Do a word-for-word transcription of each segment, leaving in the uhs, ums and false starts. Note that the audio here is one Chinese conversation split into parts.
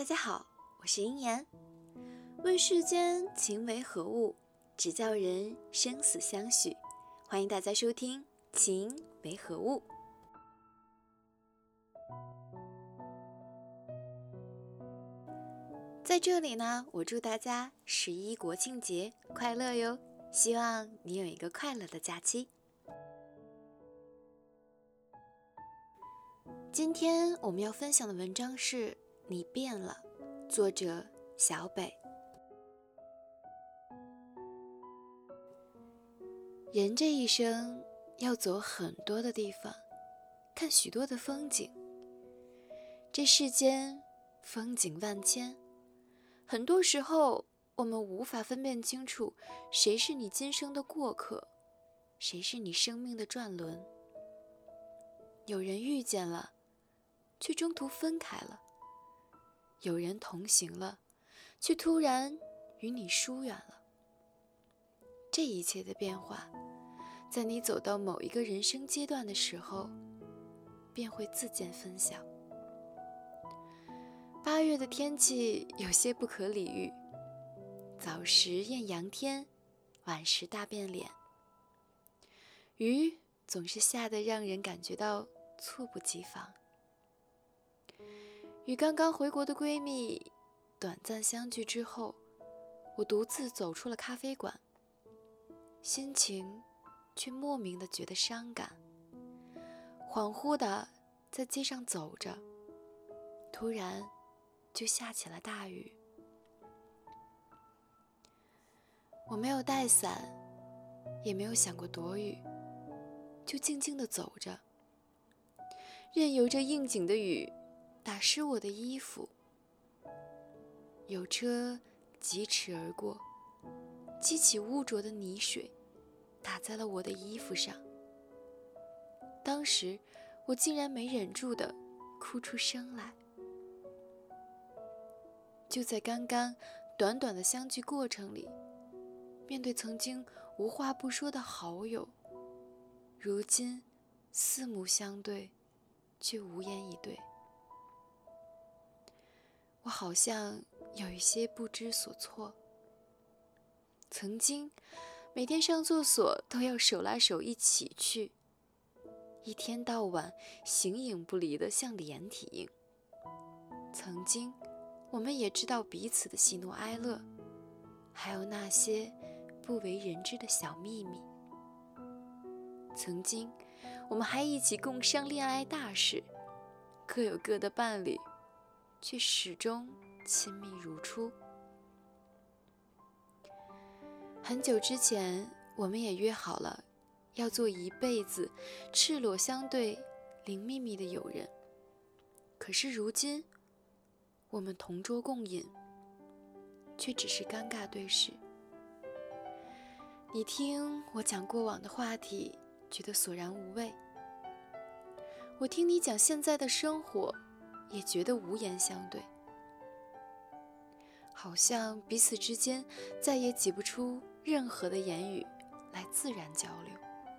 家好，我是鹰言。问世间情为何物，只叫人生死相许。欢迎大家收听《情为何物》。在这里呢，我祝大家十一国庆节快乐哟！希望你有一个快乐的假期。今天我们要分享的文章是《你变了》，作者小北。人这一生要走很多的地方，看许多的风景。这世间风景万千，很多时候我们无法分辨清楚谁是你今生的过客，谁是你生命的转轮。有人遇见了，却中途分开了；有人同行了，却突然与你疏远了。这一切的变化，在你走到某一个人生阶段的时候，便会自见分晓。八月的天气有些不可理喻，早时艳阳天，晚时大变脸。雨总是下得让人感觉到猝不及防。与刚刚回国的闺蜜短暂相聚之后，我独自走出了咖啡馆，心情却莫名的觉得伤感。恍惚的在街上走着，突然就下起了大雨。我没有带伞，也没有想过躲雨，就静静地走着，任由着应景的雨打湿我的衣服。有车疾驰而过，激起污浊的泥水，打在了我的衣服上。当时我竟然没忍住地哭出声来。就在刚刚短短的相聚过程里，面对曾经无话不说的好友，如今四目相对，却无言以对。我好像有一些不知所措。曾经每天上厕所都要手拉手一起去，一天到晚形影不离的像连体婴。曾经我们也知道彼此的喜怒哀乐，还有那些不为人知的小秘密。曾经我们还一起共商恋爱大事，各有各的伴侣，却始终亲密如初。很久之前，我们也约好了要做一辈子赤裸相对、零秘密的友人。可是如今，我们同桌共饮，却只是尴尬对视。你听我讲过往的话题，觉得索然无味；我听你讲现在的生活，也觉得无言相对。好像彼此之间再也挤不出任何的言语来自然交流。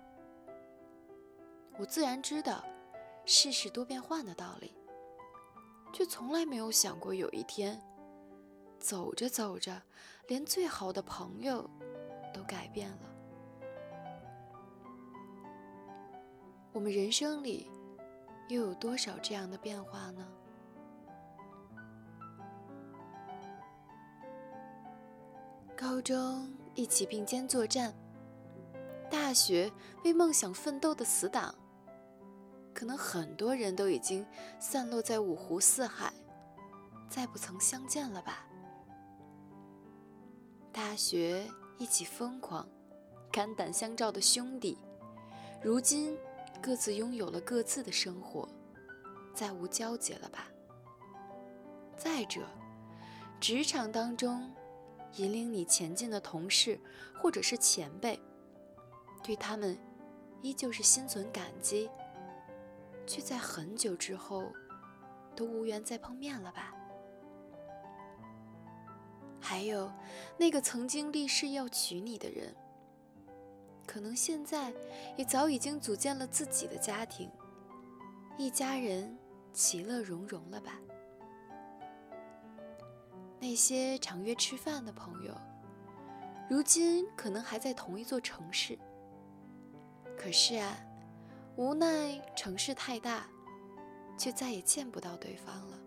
我自然知道世事多变幻的道理，却从来没有想过有一天，走着走着，连最好的朋友都改变了。我们人生里又有多少这样的变化呢？高中一起并肩作战，大学为梦想奋斗的死党，可能很多人都已经散落在五湖四海，再不曾相见了吧。大学一起疯狂肝胆相照的兄弟，如今各自拥有了各自的生活，再无交集了吧。再者，职场当中引领你前进的同事或者是前辈，对他们依旧是心存感激，却在很久之后都无缘再碰面了吧。还有那个曾经立誓要娶你的人，可能现在也早已经组建了自己的家庭，一家人其乐融融了吧。 那些常约吃饭的朋友，如今可能还在同一座城市。可是啊，无奈城市太大，却再也见不到对方了。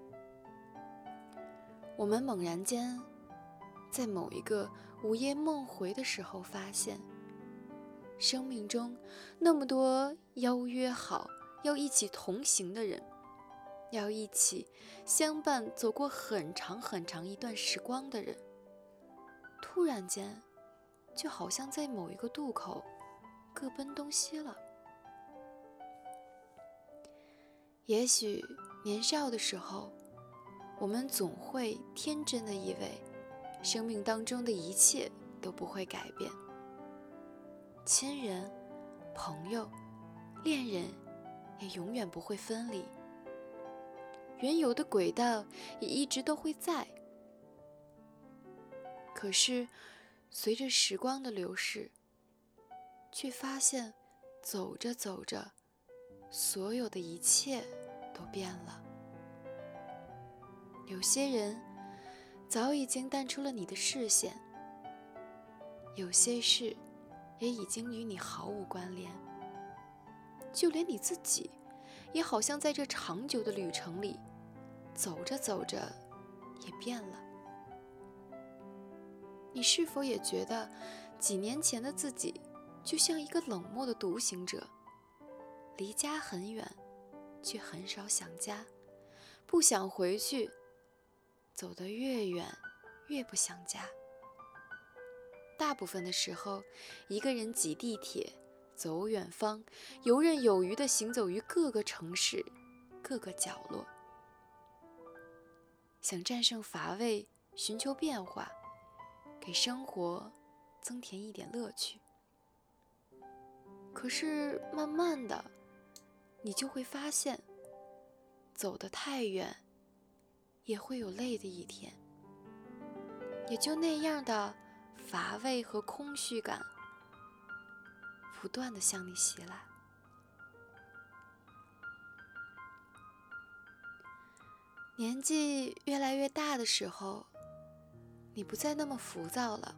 我们猛然间，在某一个午夜梦回的时候发现，生命中那么多邀约好要一起同行的人，要一起相伴走过很长很长一段时光的人，突然间就好像在某一个渡口各奔东西了。也许年少的时候，我们总会天真的以为生命当中的一切都不会改变，亲人、朋友、恋人也永远不会分离，原有的轨道也一直都会在。可是随着时光的流逝，却发现走着走着，所有的一切都变了。有些人早已经淡出了你的视线，有些事也已经与你毫无关联，就连你自己也好像在这长久的旅程里，走着走着也变了。你是否也觉得几年前的自己就像一个冷漠的独行者，离家很远，却很少想家，不想回去，走得越远越不想家。大部分的时候，一个人挤地铁，走远方，游刃有余地行走于各个城市各个角落，想战胜乏味，寻求变化，给生活增添一点乐趣。可是慢慢的，你就会发现，走得太远也会有累的一天，也就那样的乏味和空虚感不断地向你袭来。年纪越来越大的时候，你不再那么浮躁了，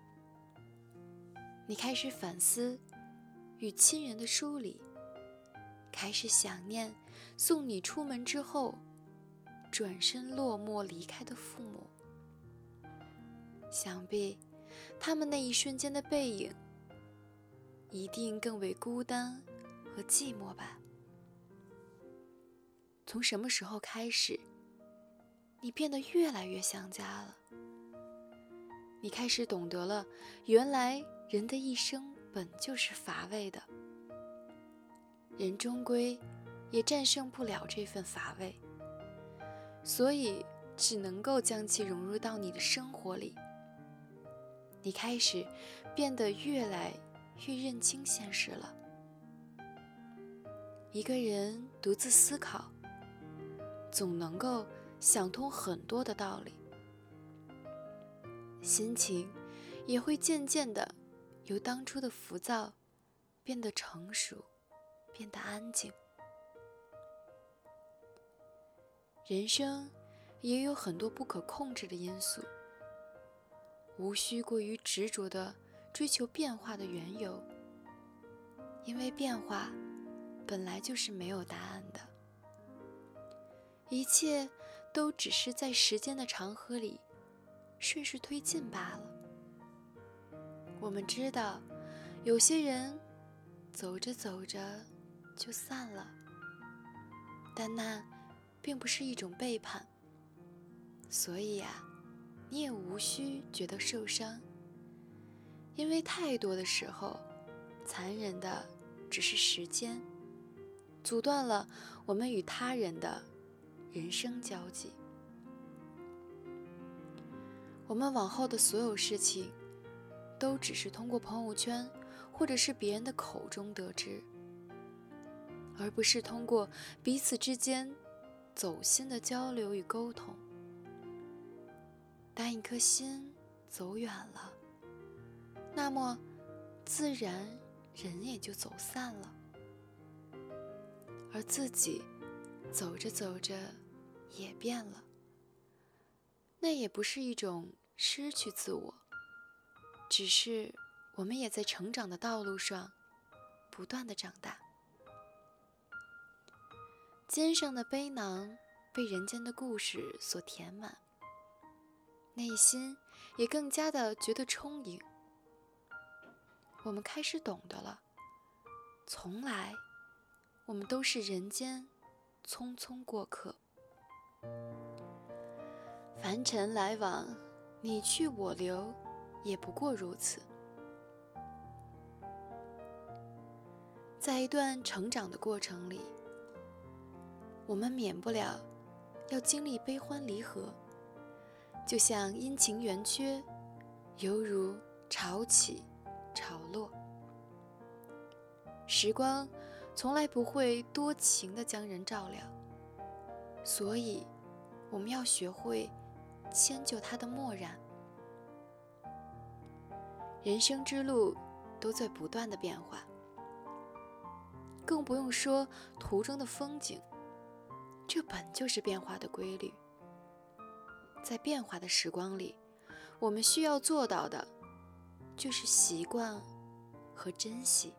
你开始反思与亲人的疏离，开始想念送你出门之后转身落寞离开的父母。想必他们那一瞬间的背影一定更为孤单和寂寞吧。从什么时候开始，你变得越来越想家了？你开始懂得了，原来人的一生本就是乏味的，人终归也战胜不了这份乏味，所以只能够将其融入到你的生活里。你开始变得越来越认清现实了。一个人独自思考，总能够想通很多的道理，心情也会渐渐的由当初的浮躁变得成熟，变得安静。人生也有很多不可控制的因素，无需过于执着地追求变化的缘由，因为变化本来就是没有答案的，一切都只是在时间的长河里顺势推进罢了。我们知道，有些人走着走着就散了，但那并不是一种背叛，所以啊，你也无需觉得受伤，因为太多的时候，残忍的只是时间，阻断了我们与他人的人生交集。我们往后的所有事情，都只是通过朋友圈或者是别人的口中得知，而不是通过彼此之间走心的交流与沟通。当一颗心走远了，那么自然人也就走散了，而自己走着走着也变了。 那也不是一种失去自我，只是我们也在成长的道路上不断的长大。肩上的背囊被人间的故事所填满，内心也更加的觉得充盈。我们开始懂得了，从来我们都是人间匆匆过客。凡尘来往，你去我留，也不过如此。在一段成长的过程里，我们免不了要经历悲欢离合，就像阴晴圆缺，犹如潮起潮落。时光从来不会多情地将人照料，所以我们要学会迁就它的漠然。人生之路都在不断的变化，更不用说途中的风景，这本就是变化的规律。在变化的时光里，我们需要做到的就是习惯和珍惜。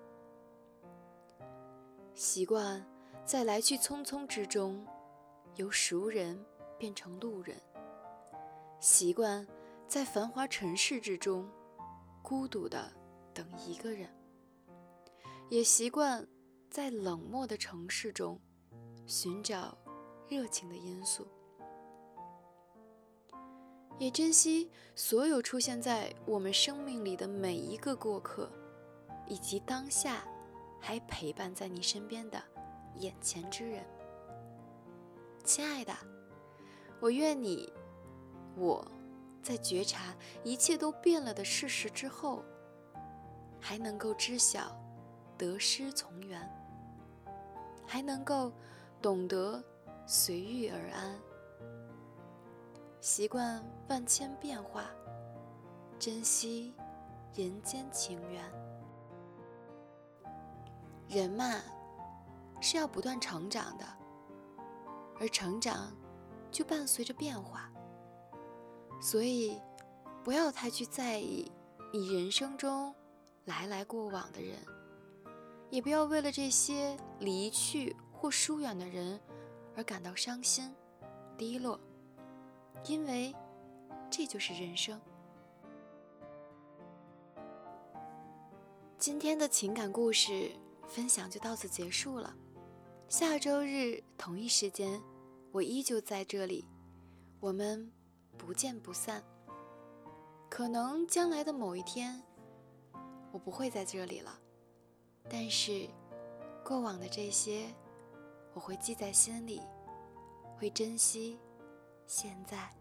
习惯在来去匆匆之中，由熟人变成路人；习惯在繁华尘世之中，孤独的等一个人；也习惯在冷漠的城市中寻找热情的因素。也珍惜所有出现在我们生命里的每一个过客，以及当下还陪伴在你身边的眼前之人。亲爱的，我愿你我在觉察一切都变了的事实之后，还能够知晓得失从缘，还能够懂得随遇而安，习惯万千变化，珍惜人间情缘。人嘛，是要不断成长的，而成长就伴随着变化，所以不要太去在意你人生中来来过往的人，也不要为了这些离去或疏远的人而感到伤心低落，因为这就是人生。今天的情感故事分享就到此结束了，下周日同一时间我依旧在这里，我们不见不散。可能将来的某一天我不会在这里了，但是过往的这些我会记在心里，会珍惜现在。